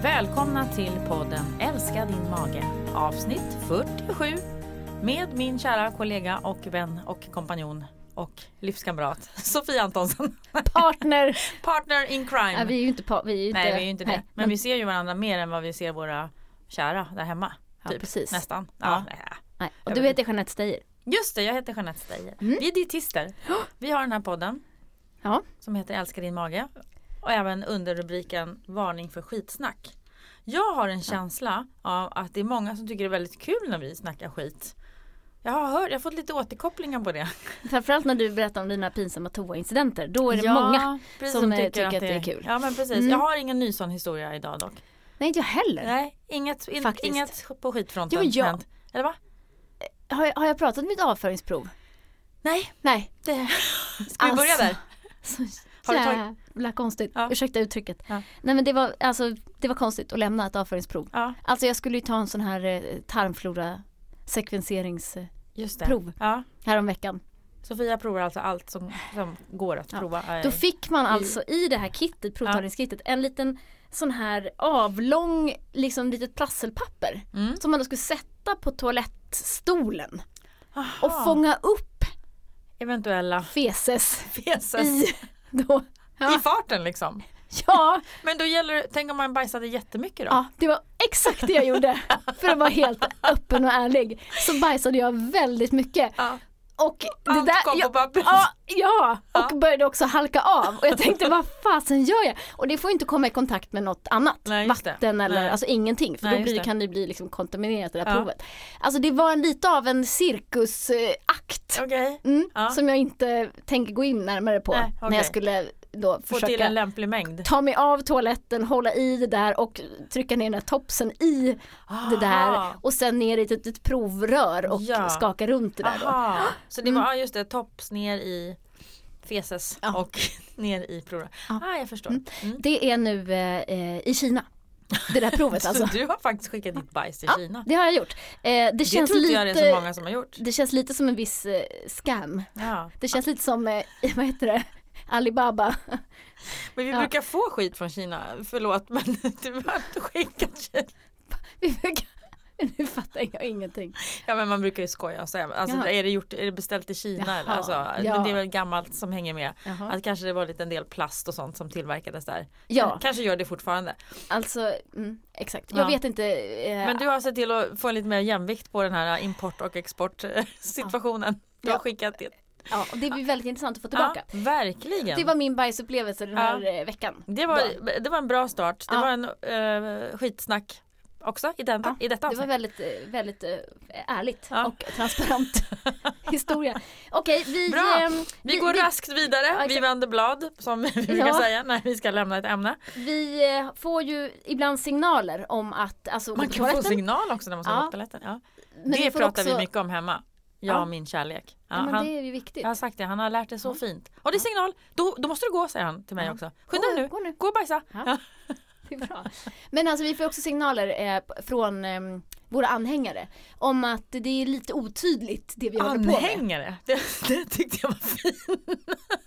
Välkomna till podden Älska din mage, avsnitt 47 med min kära kollega och vän och kompanjon och livskamrat Sofia Antonsson. Partner in crime. Ja, vi är ju inte vi är inte det. Men vi ser ju varandra mer än vad vi ser våra kära där hemma. Ja, typ. Precis. Nästan. Ja. Nej. Och du heter Jeanette Steijer. Just det, jag heter Jeanette Steijer. Vi är dietister. Vi har den här podden som heter Älska din mage. Och även under rubriken Varning för skitsnack. Jag har en känsla av att det är många som tycker det är väldigt kul när vi snackar skit. Jag har fått lite återkopplingar på det. Framförallt när du berättar om dina pinsamma toa-incidenter. Då är det många som tycker att det är kul. Ja, men precis. Jag har ingen ny sån historia idag dock. Nej, inte jag heller. Nej, inget på skitfronten. Jo, ja. Eller va? Har jag pratat om mitt avföringsprov? Nej. Ska vi börja där? Jävla konstigt. Ja. Ursäkta uttrycket. Ja. Nej, men det var konstigt att lämna ett avföringsprov. Ja. Alltså jag skulle ju ta en sån här tarmflora sekvenseringsprov härom veckan. Sofia provar alltså allt som går att prova. Då fick man alltså i det här kittet, provtagningskittet, en liten sån här avlång liksom litet plastpapper som man då skulle sätta på toalettstolen. Och fånga upp eventuella feses. I farten liksom. Ja. Men då tänk om man bajsade jättemycket då? Ja, det var exakt det jag gjorde. För att vara helt öppen och ärlig. Så bajsade jag väldigt mycket. Ja. Och allt kom på pappret. Ja, och började också halka av. Och jag tänkte, vad fasen gör jag? Och det får inte komma i kontakt med något annat. Nej, vatten eller alltså ingenting. För då kan det bli liksom kontaminerat det där provet. Alltså det var lite av en cirkusakt. Som jag inte tänker gå in närmare på. När jag skulle då få till en lämplig mängd. Ta mig av toaletten, hålla i det där och trycka ner den här topsen i det där. Och sen ner i ett provrör och skaka runt det där då. Så det var just det, tops ner i feses och ner i provrör. Jag förstår. Det är nu i Kina. Det där provet alltså. Så du har faktiskt skickat ditt bajs till Kina? Det har jag gjort. Det känns tror inte lite, jag det är så många som har gjort. Det känns lite som en viss scam. Ja. Det känns lite som, vad heter det? Alibaba. Men vi brukar få skit från Kina. Förlåt, men du har inte skickat Kina. Nu fattar jag ingenting. Ja, men man brukar ju skoja och säga. Alltså, är det beställt i Kina? Eller? Alltså, men det är väl gammalt som hänger med. Att kanske det var lite en del plast och sånt som tillverkades där. Ja. Kanske gör det fortfarande. Alltså, exakt. Jag vet inte. Men du har sett till att få lite mer jämvikt på den här import- och exportsituationen. Du har skickat det. Ja, och det blir väldigt intressant att få tillbaka. Ja, verkligen. Det var min bajsupplevelse den här veckan. Det var en bra start. Det var en skitsnack också i detta avsnitt. Det var väldigt, väldigt ärligt och transparent historia. Okej, vi går raskt vidare. Vi vänder blad, som vi brukar säga, när vi ska lämna ett ämne. Vi får ju ibland signaler om att... Alltså, man kan få signal också när man ska på toaletten. Ja. Det pratar vi mycket om hemma. Jag och min kärlek. Ja, men det är ju viktigt. Jag har sagt det, han har lärt det så fint. Och det är signal, då måste du gå, säger han till mig också. Skynda nu, gå och bajsa. Ja. Det är bra. Men alltså vi får också signaler från våra anhängare om att det är lite otydligt det vi håller på med. Anhängare? Det tyckte jag var fint.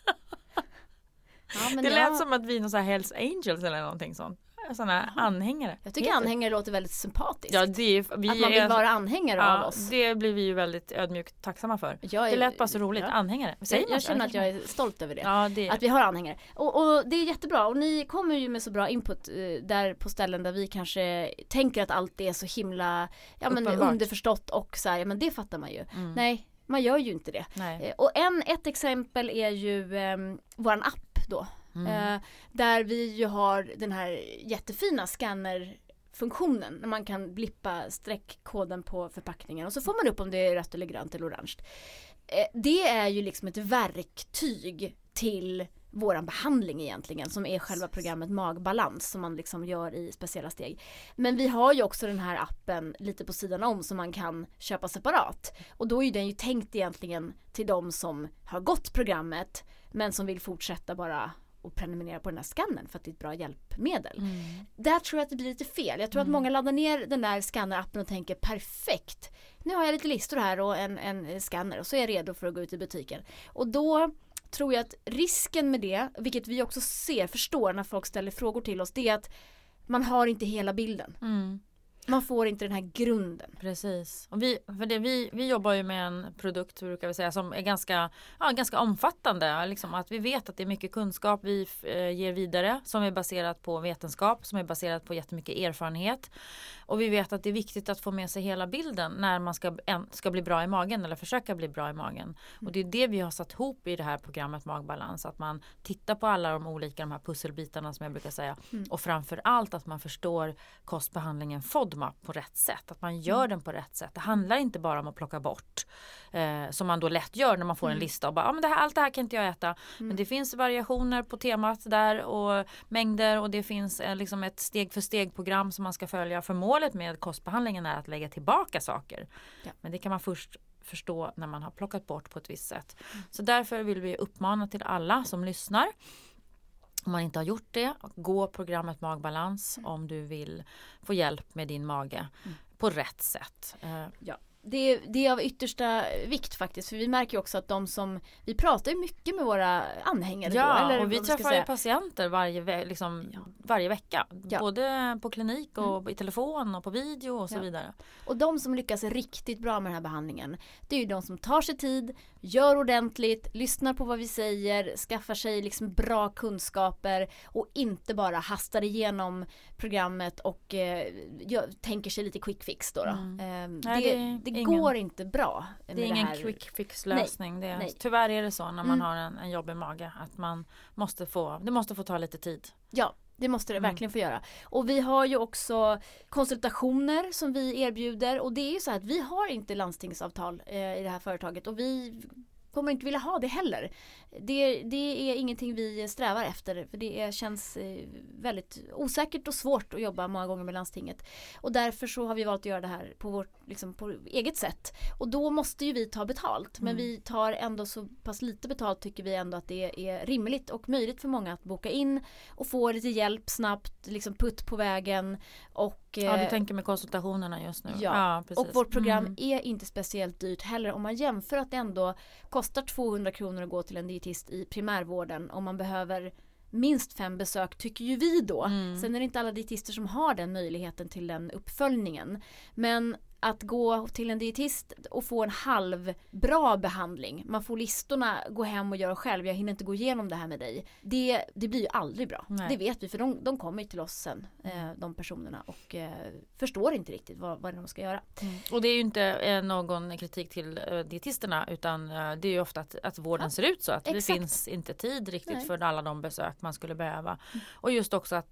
Det lät som att vi är någon sån här Hells Angels eller någonting sånt. Såna anhängare. Jag tycker anhängare låter väldigt sympatiskt. Ja, att man vill vara anhängare av oss. Det blir vi ju väldigt ödmjukt tacksamma för. Det lät bara så roligt. Anhängare. Jag känner att jag är stolt över det. Ja, att vi har anhängare. Och det är jättebra. Och ni kommer ju med så bra input där på ställen där vi kanske tänker att allt är så himla underförstått och så här, men det fattar man ju. Nej, man gör ju inte det. Och ett exempel är ju våran app då. Där vi ju har den här jättefina scannerfunktionen när man kan blippa streckkoden på förpackningen och så får man upp om det är rött eller grönt eller orange. Det är ju liksom ett verktyg till våran behandling egentligen, som är själva programmet Magbalans som man liksom gör i speciella steg. Men vi har ju också den här appen lite på sidan om som man kan köpa separat. Och då är ju den ju tänkt egentligen till de som har gått programmet men som vill fortsätta bara och prenumerera på den här skannen för att det är ett bra hjälpmedel. Där tror jag att det blir lite fel. Jag tror att många laddar ner den där skannerappen och tänker perfekt. Nu har jag lite listor här och en skanner och så är jag redo för att gå ut i butiken. Och då tror jag att risken med det, vilket vi också förstår när folk ställer frågor till oss, det är att man har inte hela bilden. Man får inte den här grunden. Precis. Och vi jobbar ju med en produkt, brukar vi säga, som är ganska omfattande. Liksom att vi vet att det är mycket kunskap vi ger vidare som är baserat på vetenskap, som är baserat på jättemycket erfarenhet. Och vi vet att det är viktigt att få med sig hela bilden när man ska bli bra i magen eller försöka bli bra i magen. Och det är det vi har satt ihop i det här programmet Magbalans. Att man tittar på alla de här pusselbitarna som jag brukar säga. Och framförallt att man förstår kostbehandlingen FODMAP på rätt sätt. Att man gör den på rätt sätt. Det handlar inte bara om att plocka bort. Som man då lätt gör när man får en lista. Och bara, men allt det här kan inte jag äta. Men det finns variationer på temat där. Och mängder. Och det finns liksom ett steg för steg program som man ska följa. För målet med kostbehandlingen är att lägga tillbaka saker. Ja. Men det kan man först förstå när man har plockat bort på ett visst sätt. Så därför vill vi uppmana till alla som lyssnar. Om man inte har gjort det, gå programmet Magbalans om du vill få hjälp med din mage på rätt sätt. Ja. Det är av yttersta vikt faktiskt. För vi märker ju också att vi pratar ju mycket med våra anhängare. Ja, då, eller och vi träffar ju patienter varje vecka. Ja. Både på klinik och i telefon och på video och så vidare. Och de som lyckas riktigt bra med den här behandlingen, det är ju de som tar sig tid, gör ordentligt, lyssnar på vad vi säger, skaffar sig liksom bra kunskaper och inte bara hastar igenom programmet och tänker sig lite quick fix då. Det går inte bra. Det är ingen quick fix lösning. Nej. Tyvärr är det så när man har en jobbig mage att det måste få ta lite tid. Ja, det måste det verkligen få göra. Och vi har ju också konsultationer som vi erbjuder. Och det är ju så här att vi har inte landstingsavtal i det här företaget. Och vi kommer inte vilja ha det heller. Det är ingenting vi strävar efter. För det känns väldigt osäkert och svårt att jobba många gånger med landstinget. Och därför så har vi valt att göra det här på eget sätt. Och då måste ju vi ta betalt. Men vi tar ändå så pass lite betalt, tycker vi ändå att det är rimligt och möjligt för många att boka in och få lite hjälp snabbt, liksom putt på vägen. Och, du tänker med konsultationerna just nu. Ja, precis. Och vårt program är inte speciellt dyrt heller. Om man jämför att det ändå kostar 200 kronor att gå till en dietist i primärvården. Om man behöver minst 5 besök, tycker ju vi då. Sen är det inte alla dietister som har den möjligheten till den uppföljningen. Men att gå till en dietist och få en halv bra behandling. Man får listorna, gå hem och göra själv. Jag hinner inte gå igenom det här med dig. Det blir ju aldrig bra. Nej. Det vet vi, för de kommer till oss sen, de personerna, och förstår inte riktigt vad de ska göra. Och det är ju inte någon kritik till dietisterna, utan det är ju ofta att vården ser ut så. Att det finns inte tid riktigt för alla de besök man skulle behöva. Och just också att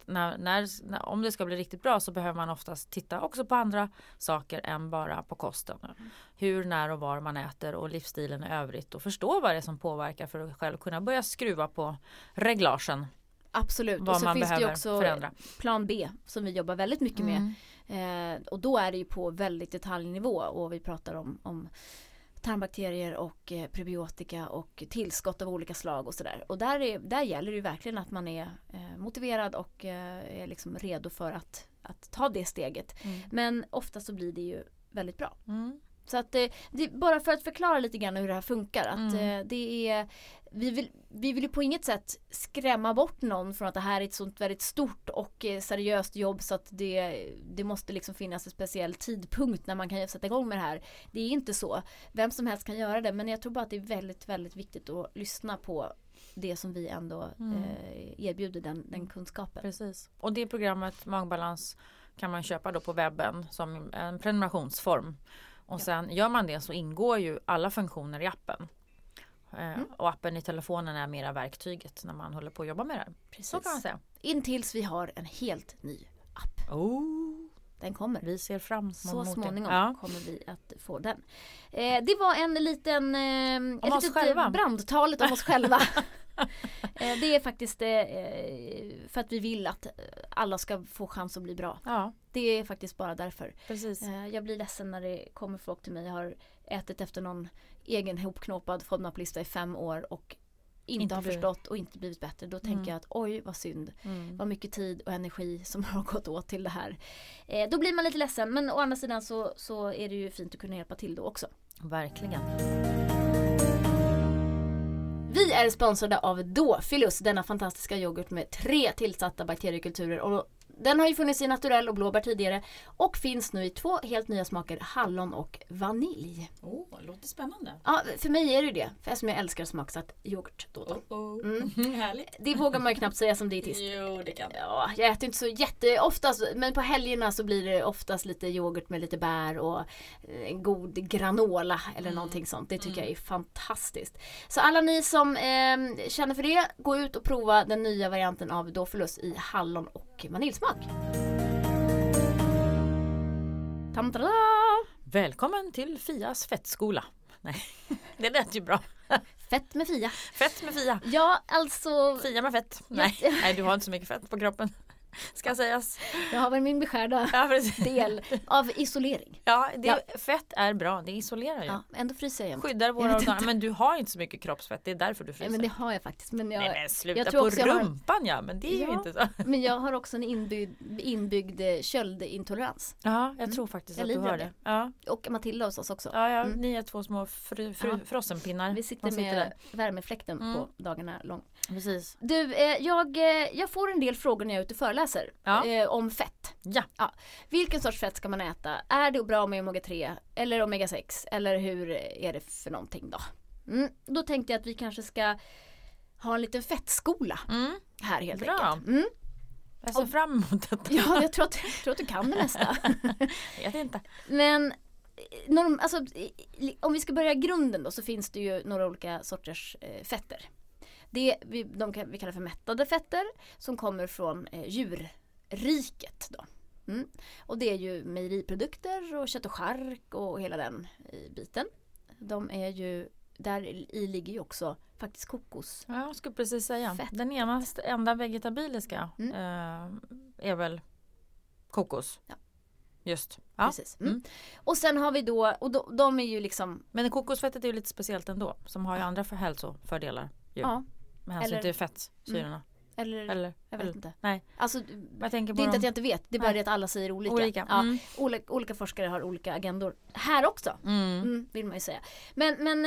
om det ska bli riktigt bra så behöver man oftast titta också på andra saker än bara på kosten. Hur, när och var man äter och livsstilen i övrigt, och förstå vad det är som påverkar för att själv kunna börja skruva på reglagen. Absolut. Och så finns det ju också plan B som vi jobbar väldigt mycket med. Och då är det ju på väldigt detaljnivå, och vi pratar om tarmbakterier och prebiotika och tillskott av olika slag och sådär. Och där gäller det ju verkligen att man är motiverad och är liksom redo för att ta det steget. Men ofta så blir det ju väldigt bra. Så att det bara för att förklara lite grann hur det här funkar, att det är vi vill ju på inget sätt skrämma bort någon från att det här är ett sånt väldigt stort och seriöst jobb, så att det måste liksom finnas en speciell tidpunkt när man kan sätta igång med det här. Det är inte så. Vem som helst kan göra det, men jag tror bara att det är väldigt, väldigt viktigt att lyssna på det som vi ändå erbjuder, den kunskapen. Precis. Och det programmet Magbalans kan man köpa då på webben som en prenumerationsform. Och sen gör man det så ingår ju alla funktioner i appen. Och appen i telefonen är mera verktyget när man håller på att jobba med det. Precis. Så kan man säga. Intills vi har en helt ny app. Den kommer. Vi ser fram emot så småningom kommer vi att få den. Det var en liten brandtalet om oss själva. Det är faktiskt för att vi vill att alla ska få chans att bli bra. Ja. Det är faktiskt bara därför. Precis. Jag blir ledsen när det kommer folk till mig. Jag har ätit efter någon egen hopknåpad FODMAP-lista i 5 år och inte har förstått och inte blivit bättre. Då tänker jag att oj, vad synd. Vad mycket tid och energi som har gått åt till det här. Då blir man lite ledsen, men å andra sidan så är det ju fint att kunna hjälpa till då också. Verkligen. Vi är sponsrade av Dofilus, denna fantastiska yoghurt med 3 tillsatta bakteriekulturer, och Den har ju funnits i naturell och blåbär tidigare och finns nu i 2 helt nya smaker, hallon och vanilj. Låter spännande. Ja, för mig är det ju det. För eftersom jag älskar smaksatt yoghurt då. Härligt. Det vågar man ju knappt säga som dietist. Jo, det kan. Ja, jag äter inte så jätteoftast, men på helgerna så blir det oftast lite yoghurt med lite bär och en god granola eller någonting sånt. Det tycker jag är fantastiskt. Så alla ni som känner för det, gå ut och prova den nya varianten av Dofilus i hallon och vaniljsmak. Tamtada! Välkommen till Fias fettskola. Nej, det lät ju bra. Fett med Fia. Fett med Fia. Ja, alltså... Fia med fett. Nej, du har inte så mycket fett på kroppen. Ska sägas. Jag har väl min beskärda del av isolering. Ja, fett är bra. Det isolerar ju. Ja, ändå fryser jag jämt. Skyddar våra organ. Men du har inte så mycket kroppsfett. Det är därför du fryser. Nej, men det har jag faktiskt. Men Nej, sluta på rumpan men det är ju inte så. Men jag har också en inbyggd köldintolerans. Ja, jag tror faktiskt att du har det. Ja. Och Matilda hos oss också. Ja, ni är 2 små frossenpinnar. Vi sitter med värmefläkten på dagarna lång. Precis. Du, jag får en del frågor när jag är ute och föreläser om fett. Ja. Vilken sorts fett ska man äta? Är det bra med omega-3 eller omega-6? Eller hur är det för någonting då? Då tänkte jag att vi kanske ska ha en liten fettskola här helt enkelt. Jag ser fram emot detta. Ja, jag tror att du kan det mesta. Jag vet inte. Men om vi ska börja grunden då, så finns det ju några olika sorters fetter. Vi kallar för mättade fetter som kommer från djurriket då. Och det är ju mejeriprodukter och kött och chark och hela den biten. De är ju, där i ligger ju också faktiskt kokos. Ja, jag skulle precis säga. Fett. Den enda vegetabiliska är väl kokos. Ja. Just. Ja. Precis. Och sen har vi då, och de är ju liksom... Men kokosfettet är ju lite speciellt ändå. Som har ju andra hälsofördelar. Ja. Med hänsyn till fettsyrorna. Eller jag vet inte. Nej. Alltså, jag tänker på det är inte att jag inte vet. Det är bara det att alla säger olika. Ja, olika forskare har olika agendor. Här också. Vill man ju säga. Men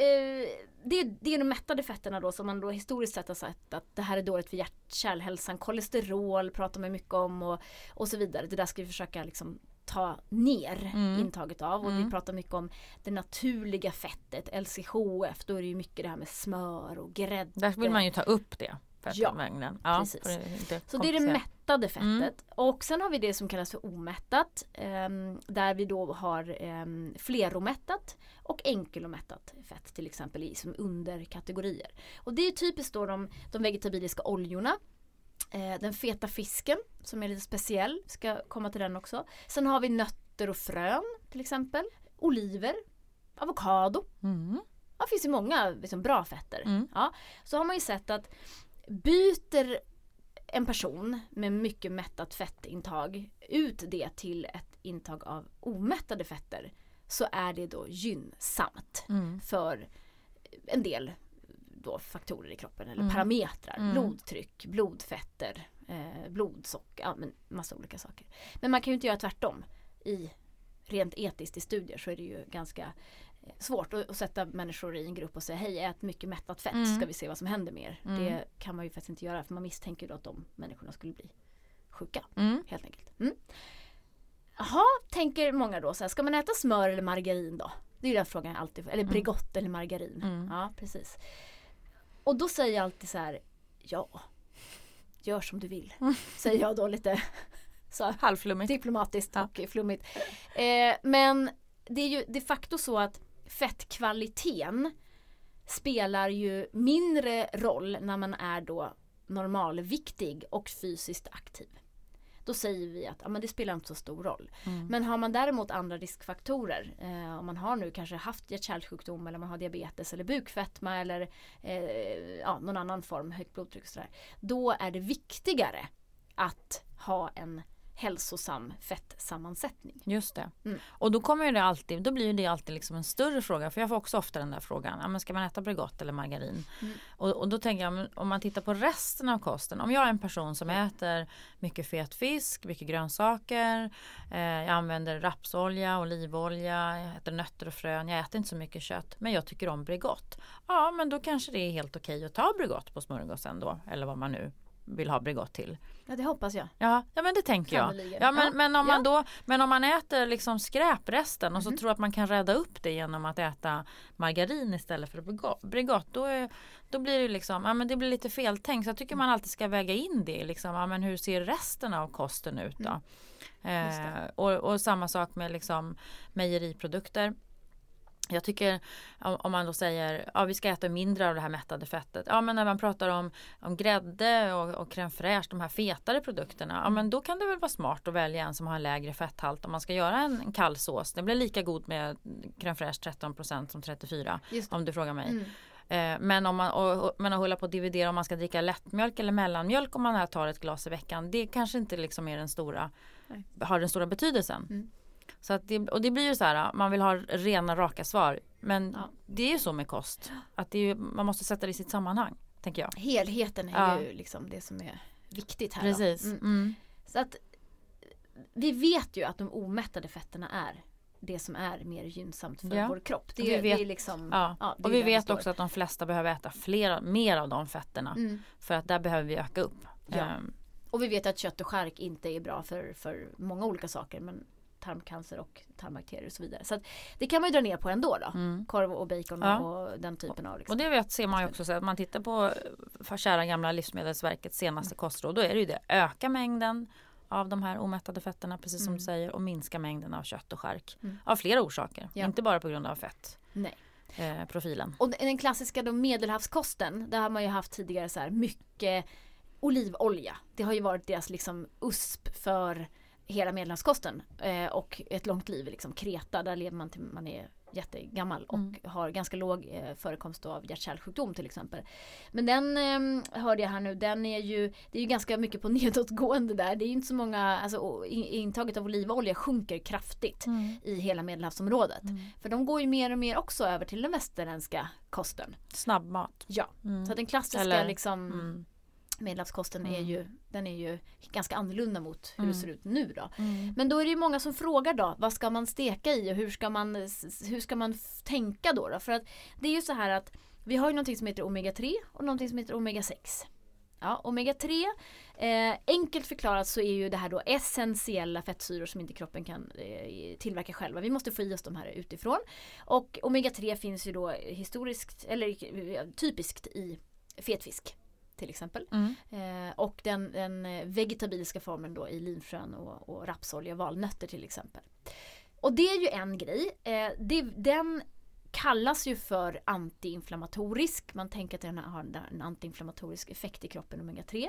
det är de mättade fetterna då som man då historiskt sett har sagt att det här är dåligt för hjärt-kärlhälsan. Kolesterol pratar man mycket om och så vidare. Det där ska vi försöka liksom ta ner intaget av. Och vi pratar mycket om det naturliga fettet, LCHF. Då är det ju mycket det här med smör och grädde. Där vill man ju ta upp det. Ja, precis. Så det är det mättade fettet. Och sen har vi det som kallas för omättat. Där vi då har fleromättat och enkelomättat fett till exempel i som underkategorier. Och det är typiskt då de vegetabiliska oljorna. Den feta fisken som är lite speciell, ska komma till den också. Sen har vi nötter och frön till exempel. Oliver, avokado. Det finns ju många liksom, bra fetter. Ja, så har man ju sett att byter en person med mycket mättat fettintag ut det till ett intag av omättade fetter, så är det då gynnsamt för en del då faktorer i kroppen eller parametrar, blodtryck, blodfetter, blodsocker, men massa olika saker. Men man kan ju inte göra tvärtom. Rent etiskt i studier så är det ju ganska svårt att sätta människor i en grupp och säga hej, ät mycket mättat fett, ska vi se vad som händer mer. Det kan man ju faktiskt inte göra, för man misstänker då att de människorna skulle bli sjuka helt enkelt. Jaha, tänker många då så här, ska man äta smör eller margarin då? Det är ju den frågan jag alltid får, eller Bregott eller margarin. Ja, precis. Och då säger jag alltid så här, ja, gör som du vill. Säger jag då lite så halvflummigt, diplomatiskt och flummigt. Men det är ju de facto så att fettkvaliteten spelar ju mindre roll när man är då normalviktig och fysiskt aktiv. Då säger vi att men det spelar inte så stor roll. Men har man däremot andra riskfaktorer, om man har nu kanske haft hjärt-kärlsjukdom eller man har diabetes eller bukfetma eller någon annan form, högt blodtryck och sådär, då är det viktigare att ha en hälsosam fettsammansättning. Just det. Och då blir det alltid liksom en större fråga, för jag får också ofta den där frågan, men ska man äta Bregott eller margarin? Och då tänker jag, om man tittar på resten av kosten, om jag är en person som äter mycket fet fisk, mycket grönsaker, jag använder rapsolja, olivolja, jag äter nötter och frön, jag äter inte så mycket kött, men jag tycker om Bregott. Ja, men då kanske det är helt okej att ta Bregott på smörgåsen då, eller vad man nu vill ha Bregott till. Ja, det hoppas jag. Ja men det tänker jag. Ja, men om man äter liksom skräpresten och så tror att man kan rädda upp det genom att äta margarin istället för Bregott, då blir det liksom, men det blir lite feltänkt. Så jag tycker man alltid ska väga in det liksom, men hur ser resten av kosten ut då? Och samma sak med liksom mejeriprodukter. Jag tycker om man då säger vi ska äta mindre av det här mättade fettet. Ja, men när man pratar om grädde och crème fraîche, de här fetare produkterna. Men då kan det väl vara smart att välja en som har en lägre fetthalt om man ska göra en kall sås. Det blir lika god med crème fraîche 13% som 34% om du frågar mig. Men om man håller på att dividera om man ska dricka lättmjölk eller mellanmjölk om man tar ett glas i veckan. Det kanske inte liksom är har den stora betydelsen. Så att det blir ju så här, man vill ha rena raka svar. Men det är ju så med kost. Att man måste sätta det i sitt sammanhang, tänker jag. Helheten är ju liksom det som är viktigt här. Precis. Så att vi vet ju att de omättade fetterna är det som är mer gynnsamt för vår kropp. Det är liksom, och vi vet också att de flesta behöver äta mer av de fetterna. För att där behöver vi öka upp. Och vi vet att kött och skärk inte är bra för många olika saker, men tarmcancer och tarmbakterier och så vidare. Så att det kan man ju dra ner på ändå då. Korv och bacon och den typen av. Liksom. Och det ser man ju också, så att man tittar på kära gamla Livsmedelsverkets senaste kostråd, då är det ju det. Öka mängden av de här omättade fetterna, precis som du säger, och minska mängden av kött och skärk. Av flera orsaker, inte bara på grund av fett. Nej. Profilen. Och den klassiska då medelhavskosten, där har man ju haft tidigare så här mycket olivolja. Det har ju varit deras liksom USP för hela medelhavskosten och ett långt liv liksom. Kreta, där lever man till man är jättegammal och har ganska låg förekomst av hjärt-kärlsjukdom till exempel. Men den hörde jag här nu, det är ju ganska mycket på nedåtgående där. Det är ju inte så många, alltså intaget av olivolja sjunker kraftigt i hela Medelhavsområdet. För de går ju mer och mer också över till den västerländska kosten. Snabbmat. Ja, så den klassiska liksom Medelhavskosten är ju ganska annorlunda mot hur det ser ut nu då. Men då är det ju många som frågar då, vad ska man steka i och hur ska man tänka då? För att det är ju så här att vi har ju någonting som heter omega-3 och någonting som heter omega-6. Ja, omega-3, enkelt förklarat så är ju det här då essentiella fettsyror som inte kroppen kan tillverka själva. Vi måste få i oss de här utifrån. Och omega-3 finns ju då historiskt eller typiskt i fetfisk till exempel. Och den vegetabiliska formen då i linfrön och rapsolja och valnötter till exempel. Och det är ju en grej. Den kallas ju för antiinflammatorisk. Man tänker att den har en antiinflammatorisk effekt i kroppen, omega-3.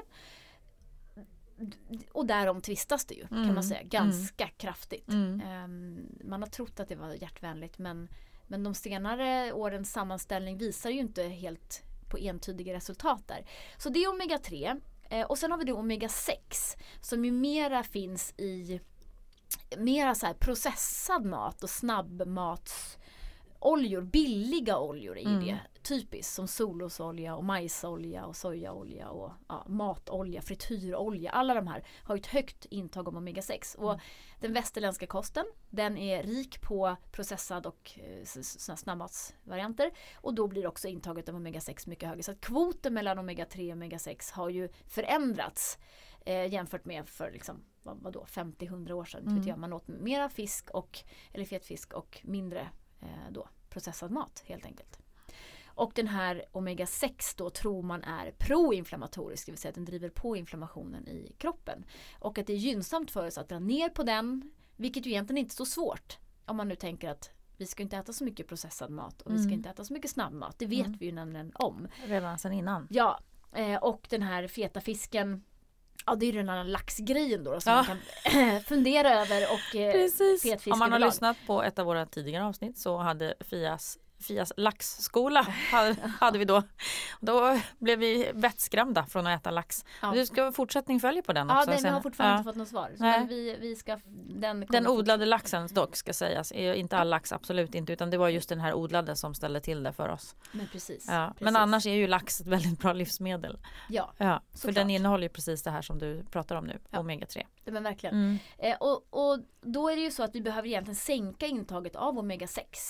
Och därom tvistas det ju, kan man säga, ganska kraftigt. Man har trott att det var hjärtvänligt, men de senare årens sammanställning visar ju inte helt på entydiga resultat där. Så det är omega-3. Och sen har vi då omega-6 som ju mera finns i mera så här processad mat och snabbmatsoljor, billiga oljor är ju det. Typiskt som solrosolja och majsolja och sojaolja och matolja, frityrolja. Alla de här har ett högt intag av omega-6. Och den västerländska kosten, den är rik på processad och snabbmatsvarianter. Och då blir också intaget av omega-6 mycket högre. Så att kvoten mellan omega-3 och omega-6 har ju förändrats jämfört med för liksom, 50-100 år sedan. Man åt mera fisk eller fetfisk och mindre då processad mat helt enkelt. Och den här omega-6 då tror man är proinflammatorisk, det vill säga att den driver på inflammationen i kroppen. Och att det är gynnsamt för oss att dra ner på den, vilket ju egentligen inte är så svårt. Om man nu tänker att vi ska inte äta så mycket processad mat och vi ska inte äta så mycket snabbmat. Det vet vi ju nämligen om. Redan sedan innan. Ja, och den här feta fisken, det är ju den här laxgrejen då som man kan fundera över och fetfisk. Om man har lyssnat på ett av våra tidigare avsnitt så hade Fias laxskola hade vi då. Då blev vi vettskrämda från att äta lax. Du ska fortsättning följa på den också. Ja, vi har fortfarande inte fått något svar. Så men vi ska, den odlade laxen dock ska sägas. Är inte all lax, absolut inte. Utan det var just den här odlade som ställde till det för oss. Men precis. Ja. Precis. Men annars är ju lax ett väldigt bra livsmedel. Ja, för den innehåller ju precis det här som du pratar om nu. Omega-3. Men verkligen. Och då är det ju så att vi behöver egentligen sänka intaget av omega-6.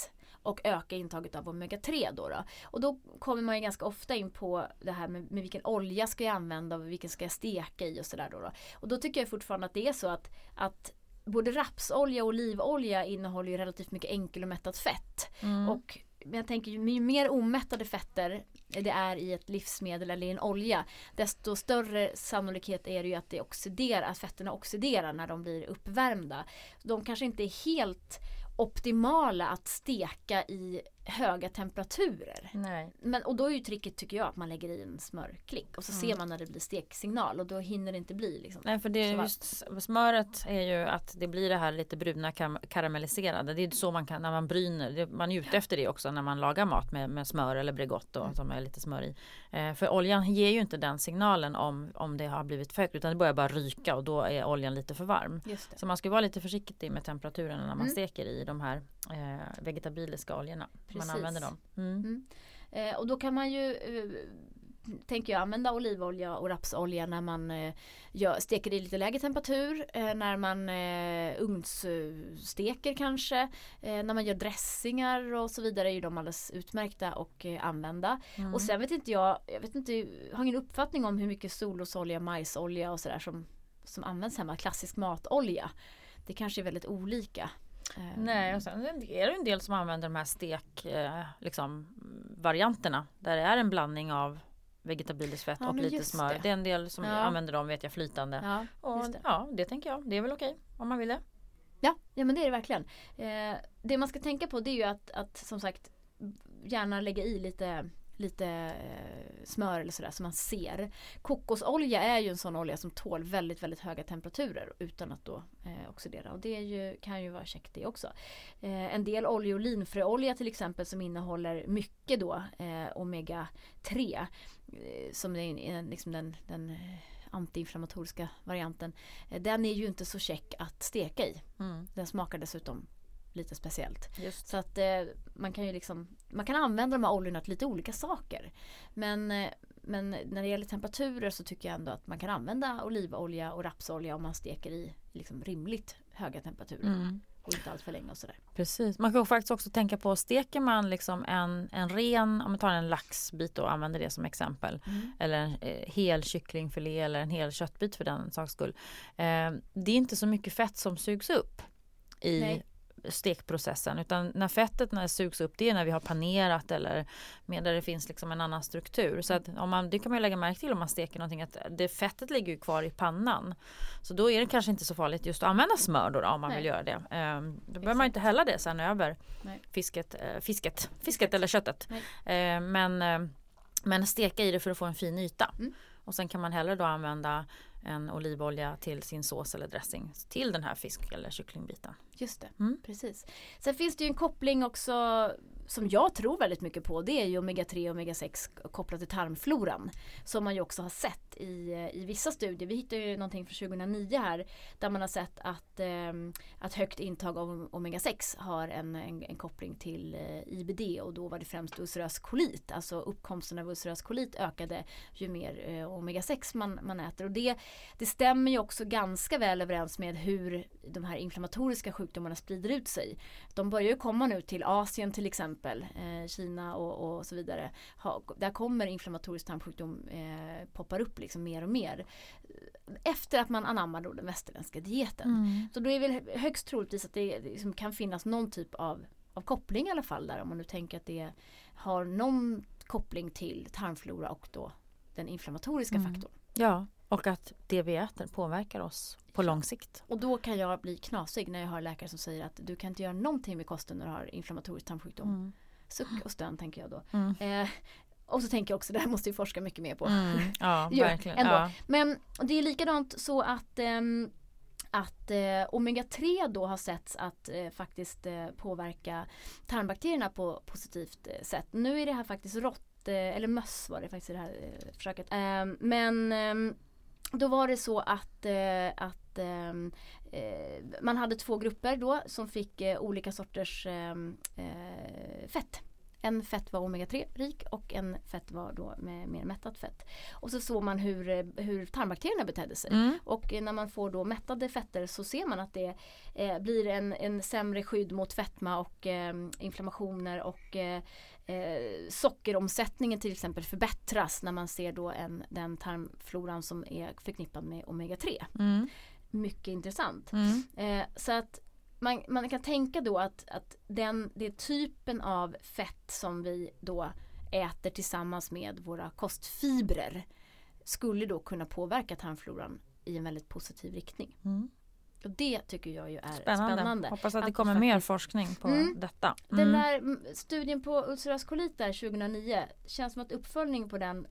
och öka intaget av omega-3 då. Och då kommer man ju ganska ofta in på det här med vilken olja ska jag använda och vilken ska jag steka i och sådär då. Och då tycker jag fortfarande att det är så att både rapsolja och olivolja innehåller ju relativt mycket enkel- och mättat fett. Och jag tänker ju mer omättade fetter det är i ett livsmedel eller i en olja, desto större sannolikhet är det ju att det oxiderar, att fetterna oxiderar när de blir uppvärmda. De kanske inte är helt optimala att steka i höga temperaturer. Nej. Och då är ju tricket tycker jag att man lägger i en smörklick och så ser man när det blir steksignal och då hinner det inte bli liksom. Nej, för det är just smöret är ju att det blir det här lite bruna karamelliserade. Det är så man kan när man bryner. Man är ute efter det också när man lagar mat med smör eller Bregott som är lite smör i. För oljan ger ju inte den signalen om det har blivit för högt utan det börjar bara ryka och då är oljan lite för varm. Så man ska vara lite försiktig med temperaturen när man steker i de här vegetabiliska oljorna. Precis. Man använder dem. Och då kan man ju tänker jag använda olivolja och rapsolja när man steker i lite lägre temperatur, när man ugnssteker kanske, när man gör dressingar och så vidare är ju de alldeles utmärkta och använda. Och sen vet inte jag har ingen uppfattning om hur mycket solrosolja, majsolja och sådär som används hemma, klassisk matolja. Det kanske är väldigt olika. Nej, och sen är det en del som använder de här varianterna där det är en blandning av vegetabiliskt fett och lite smör. Det är en del som använder dem, vet jag, flytande. Det tänker jag. Det är väl okej om man vill det. Ja, men det är det verkligen. Det man ska tänka på det är ju att som sagt gärna lägga i lite smör eller sådär som man ser. Kokosolja är ju en sån olja som tål väldigt, väldigt höga temperaturer utan att då oxidera. Och det kan ju vara käckt det också. En del olja och linfröolja till exempel som innehåller mycket då omega-3 som är liksom den antiinflammatoriska varianten. Den är ju inte så käck att steka i. Den smakar dessutom lite speciellt. Just. Så att man kan använda de här oljorna till lite olika saker. Men när det gäller temperaturer så tycker jag ändå att man kan använda olivolja och rapsolja om man steker i liksom rimligt höga temperaturer. Och inte allt för länge och sådär. Precis. Man kan faktiskt också tänka på, steker man liksom en ren, om man tar en laxbit och använder det som exempel, eller en hel kycklingfilé eller en hel köttbit för den saks skull. Det är inte så mycket fett som sugs upp i stekprocessen, utan när fettet sugs upp, det är när vi har panerat eller där det finns liksom en annan struktur. Så att det kan man ju lägga märke till om man steker någonting, att det fettet ligger ju kvar i pannan. Så då är det kanske inte så farligt just att använda smör då om man vill göra det. Då behöver man inte hälla det sen över fisket eller köttet. Men steka i det för att få en fin yta. Och sen kan man hellre då använda en olivolja till sin sås eller dressing till den här fisk- eller kycklingbiten. Just det, precis. Sen finns det ju en koppling också som jag tror väldigt mycket på. Det är ju omega-3 och omega-6 kopplat till tarmfloran. Som man ju också har sett i vissa studier. Vi hittade ju någonting från 2009 här där man har sett att högt intag av omega-6 har en koppling till IBD, och då var det främst ulcerös kolit. Alltså uppkomsten av ulcerös kolit ökade ju mer omega-6 man äter. Och det stämmer ju också ganska väl överens med hur de här inflammatoriska sjukdomarna sprider ut sig. De börjar ju komma nu till Asien till exempel, Kina och så vidare. Där kommer inflammatorisk tarmsjukdom poppar upp liksom mer och mer efter att man anammar då den västerländska dieten. Så då är det väl högst troligtvis att det liksom kan finnas någon typ av koppling i alla fall där, om man nu tänker att det har någon koppling till tarmflora och då den inflammatoriska faktorn. Ja, och att det vi äter påverkar oss på lång sikt. Och då kan jag bli knasig när jag har läkare som säger att du kan inte göra någonting med kosten när du har inflammatorisk tarmsjukdom. Suck och stön tänker jag då. Och så tänker jag också, det här måste vi forska mycket mer på. Ja, verkligen. Ja. Men det är likadant så att omega-3 då har setts att faktiskt påverka tarmbakterierna på positivt sätt. Nu är det här faktiskt eller möss var det faktiskt i det här försöket. Men då var det så att man hade 2 grupper då som fick olika sorters fett En fett var omega-3 rik och en fett var då med mer mättat fett. Och så såg man hur tarmbakterierna betedde sig. Och när man får då mättade fetter så ser man att det blir en sämre skydd mot fetma och inflammationer och sockeromsättningen till exempel förbättras när man ser då den tarmfloran som är förknippad med omega-3. Mycket intressant. Så att man kan tänka då att det typen av fett som vi då äter tillsammans med våra kostfibrer skulle då kunna påverka tarmfloran i en väldigt positiv riktning. Och det tycker jag ju är spännande. Hoppas att det kommer mer forskning på detta. Den där studien på ulcerös kolit där 2009 känns som att uppföljning på den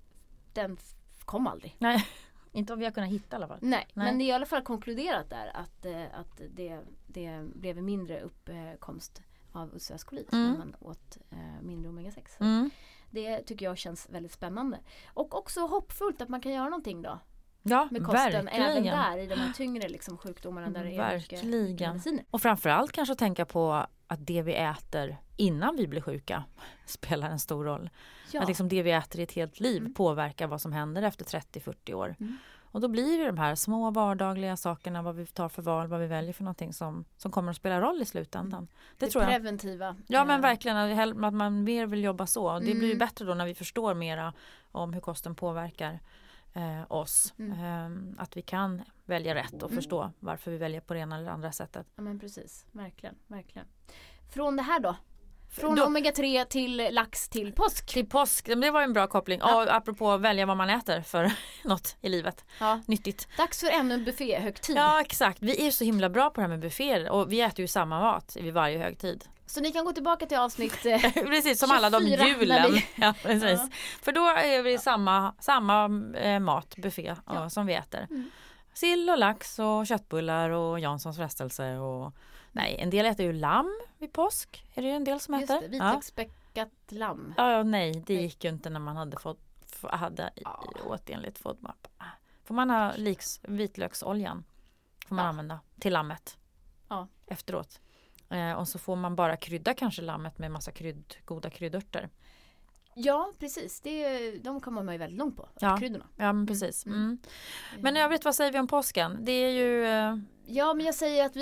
kom aldrig. Nej. Inte om vi har kunnat hitta i alla fall. Nej, men det är i alla fall konkluderat där att det blev mindre uppkomst av ulcerös kolit när man åt mindre omega-6. Det tycker jag känns väldigt spännande. Och också hoppfullt att man kan göra någonting då. Ja, med kosten även där i de här tyngre liksom, sjukdomarna där det är mycket mediciner. Och framförallt kanske tänka på att det vi äter innan vi blir sjuka spelar en stor roll. Ja. Att liksom det vi äter i ett helt liv påverkar vad som händer efter 30-40 år. Och då blir det de här små vardagliga sakerna, vad vi tar för val, vad vi väljer för någonting som kommer att spela roll i slutändan. Det tror jag. Preventiva. Ja, men verkligen att man mer vill jobba så. Det blir ju bättre då när vi förstår mera om hur kosten påverkar oss. Att vi kan välja rätt och förstå varför vi väljer på det ena eller andra sättet. Ja, men precis. Verkligen. Från det här då? Från omega-3 till lax till påsk. Till påsk, det var en bra koppling. Ja. Och apropå välja vad man äter för något i livet. Ja. Nyttigt. Dags för ännu en bufféhögtid. Ja, exakt. Vi är så himla bra på det här med bufféer. Och vi äter ju samma mat vid varje högtid. Så ni kan gå tillbaka till avsnitt precis, som alla de julen. Ja, precis. Ja. För då är vi samma matbuffé som vi äter. Sill och lax och köttbullar och Janssons frestelse och... Nej, en del äter ju lamm vid påsk. Är det en del som äter? Just det, vitlöksspäckat lamm. Ja, nej, det gick ju inte när man hade åt enligt FODMAP. Får man ha vitlöksoljan får man använda till lammet efteråt. Och så får man bara krydda kanske lammet med massa goda kryddörter. Ja, precis. De kommer man ju väldigt långt på. Kryddorna. Ja, men precis. Men jag vet, vad säger vi om påsken? Det är ju... Ja, men jag säger att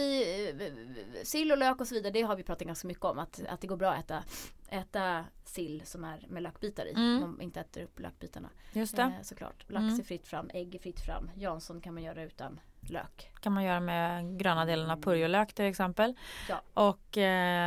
sill och lök och så vidare, det har vi pratat ganska mycket om. Att det går bra att äta sill som är med lökbitar i. Om man inte äter upp lökbitarna. Just det. Såklart. Lax är fritt fram, ägg är fritt fram. Jansson kan man göra utan lök. Kan man göra med gröna delen av purjolök till exempel. Ja. Och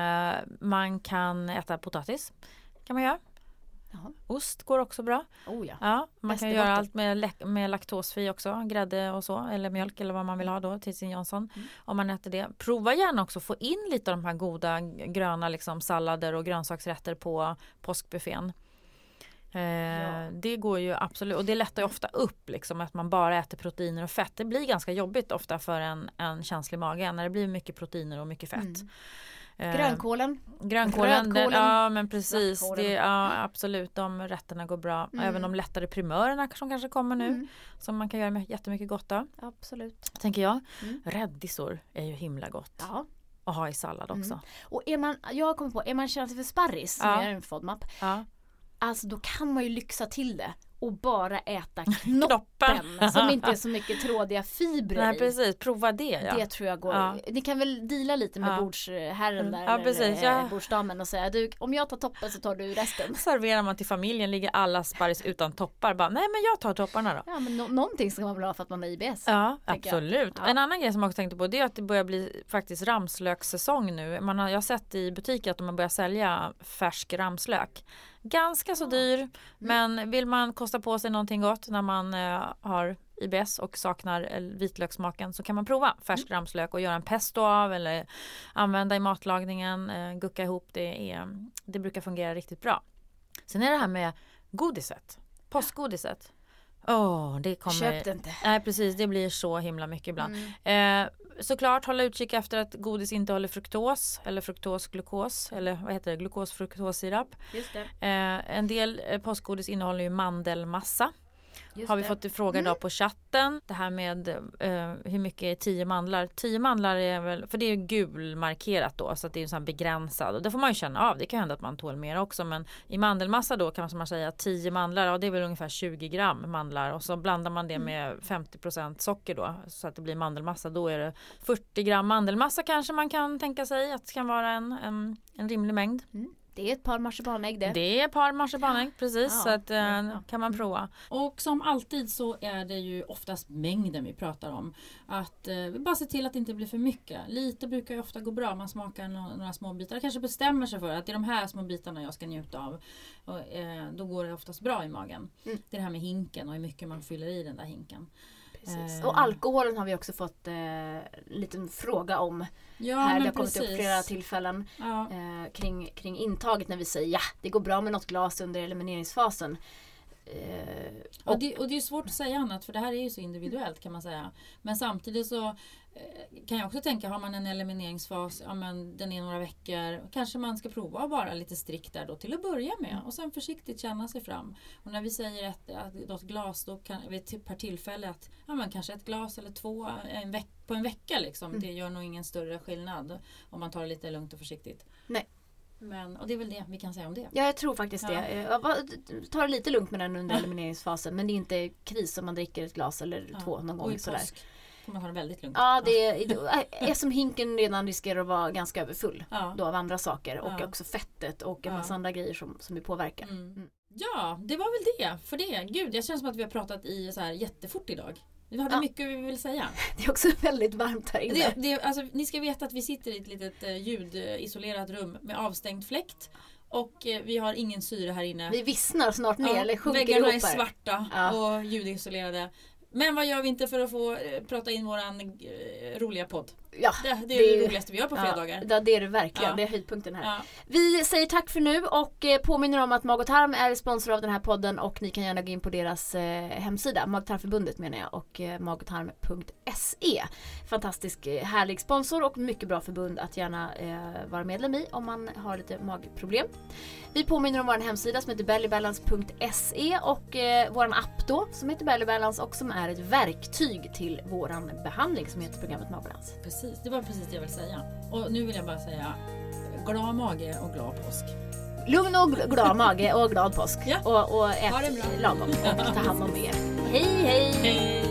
man kan äta potatis. Kan man göra. Jaha. Ost går också bra. Ja, man kan göra allt med laktosfri också, grädde och så, eller mjölk eller vad man vill ha då till sin Jansson. Om man äter det. Prova gärna också få in lite av de här goda gröna liksom, sallader och grönsaksrätter på påskbuffén. Det går ju absolut, och det lättar ju ofta upp liksom, att man bara äter proteiner och fett. Det blir ganska jobbigt ofta för en känslig mage när det blir mycket proteiner och mycket fett. Grönkålen, ja men precis absolut, de rätterna går bra. Även de lättare primörerna som kanske kommer nu som man kan göra med jättemycket gott av. Absolut. Tänker jag. Räddisor är ju himla gott. Ja. Och ha i sallad också. Och är man känslig för sparris som är en FODMAP. Ja. Alltså då kan man ju lyxa till det och bara äta knoppen som inte är så mycket trådiga fibrer. Nej, precis. Prova det. Ja. Det tror jag går. Ja. Ni kan väl deala lite med bordsherren där. Ja, precis. Bordsdamen och säga, om jag tar toppen så tar du resten. Serverar man till familjen, ligger alla sparris utan toppar. Bara, nej, men jag tar topparna då. Ja, men någonting ska man väl ha för att man har IBS. Ja, absolut. Ja. En annan grej som jag också tänkte på, det är att det börjar bli faktiskt ramslökssäsong nu. Jag har sett i butiker att de börjar sälja färsk ramslök. Ganska så dyr, men vill man kosta på sig någonting gott när man har IBS och saknar vitlökssmaken, så kan man prova färsk ramslök och göra en pesto av eller använda i matlagningen, gucka ihop. Det brukar fungera riktigt bra. Sen är det här med godiset, påskgodiset. Köp inte. Nej, precis, det blir så himla mycket ibland. Såklart hålla utkik efter att godis inte håller fruktos eller fruktosglukos eller vad heter det, glukosfruktossirap. Just det. En del påskgodis innehåller ju mandelmassa. har vi fått fråga idag på chatten. Det här med hur mycket är 10 mandlar. 10 mandlar är väl, för det är ju gulmarkerat då, så att det är ju så här begränsad. Och det får man ju känna av. Det kan hända att man tål mer också. Men i mandelmassa då kan man säga 10 mandlar. Ja, det är väl ungefär 20 gram mandlar. Och så blandar man det med 50% socker då. Så att det blir mandelmassa. Då är det 40 gram mandelmassa kanske man kan tänka sig. Att det kan vara en rimlig mängd. Det är ett par marsipanägg det. Det är ett par marsipanägg, precis. Ja, så att kan man prova. Och som alltid så är det ju oftast mängden vi pratar om. Att vi bara ser till att det inte blir för mycket. Lite brukar ju ofta gå bra. Man smakar några små bitar. Kanske bestämmer sig för att det är de här små bitarna jag ska njuta av. Och, då går det oftast bra i magen. Det är det här med hinken och hur mycket man fyller i den där hinken. Precis. Och alkoholen har vi också fått en liten fråga om. Ja, här. Det har kommit upp flera tillfällen kring intaget när vi säger det går bra med något glas under elimineringsfasen. Och det är svårt att säga annat, för det här är ju så individuellt kan man säga. Men samtidigt så kan jag också tänka, har man en elimineringsfas, men den är några veckor, kanske man ska prova att vara lite strikt där då till att börja med och sen försiktigt känna sig fram. Och när vi säger att ett glas, då kan vi per tillfälle att kanske ett glas eller 2 på en vecka liksom. Det gör nog ingen större skillnad om man tar det lite lugnt och försiktigt. Nej. Och det är väl det vi kan säga om det. Ja, jag tror faktiskt det. Ta det lite lugnt med den under elimineringsfasen, men det är inte kris om man dricker ett glas eller 2 någon gång sådär. Får man ha det väldigt lugnt. Ja, det är som hinken redan riskerar att vara ganska överfull då av andra saker och också fettet och en massa andra grejer som vi påverkar. Ja, det var väl det för det. Gud, jag känns som att vi har pratat i så här jättefort idag. Vi hade mycket vi vill säga. Det är också väldigt varmt här inne. Alltså, ni ska veta att vi sitter i ett litet ljudisolerat rum med avstängd fläkt. Och vi har ingen syre här inne. Vi vissnar snart ner eller sjunker ihop. Väggarna är svarta och ljudisolerade. Men vad gör vi inte för att få prata in våran roliga podd? Ja, det är det roligaste vi gör på fredagar. Ja, det är det verkligen. Det är höjdpunkten här. Ja. Vi säger tack för nu och påminner om att Mag och Tarm är sponsor av den här podden och ni kan gärna gå in på deras hemsida, Mag och Tarmförbundet menar jag, och magotarm.se. Fantastisk härlig sponsor och mycket bra förbund att gärna vara medlem i om man har lite magproblem. Vi påminner om vår hemsida som heter bellybalance.se och vår app då som heter Bellybalance och som är ett verktyg till våran behandling som heter programmet Magbalans. Precis, det var precis det jag vill säga. Och nu vill jag bara säga glad mage och glad påsk. Lugn och glad mage och glad påsk. Och ät lagom och ta hand om er. Hej hej!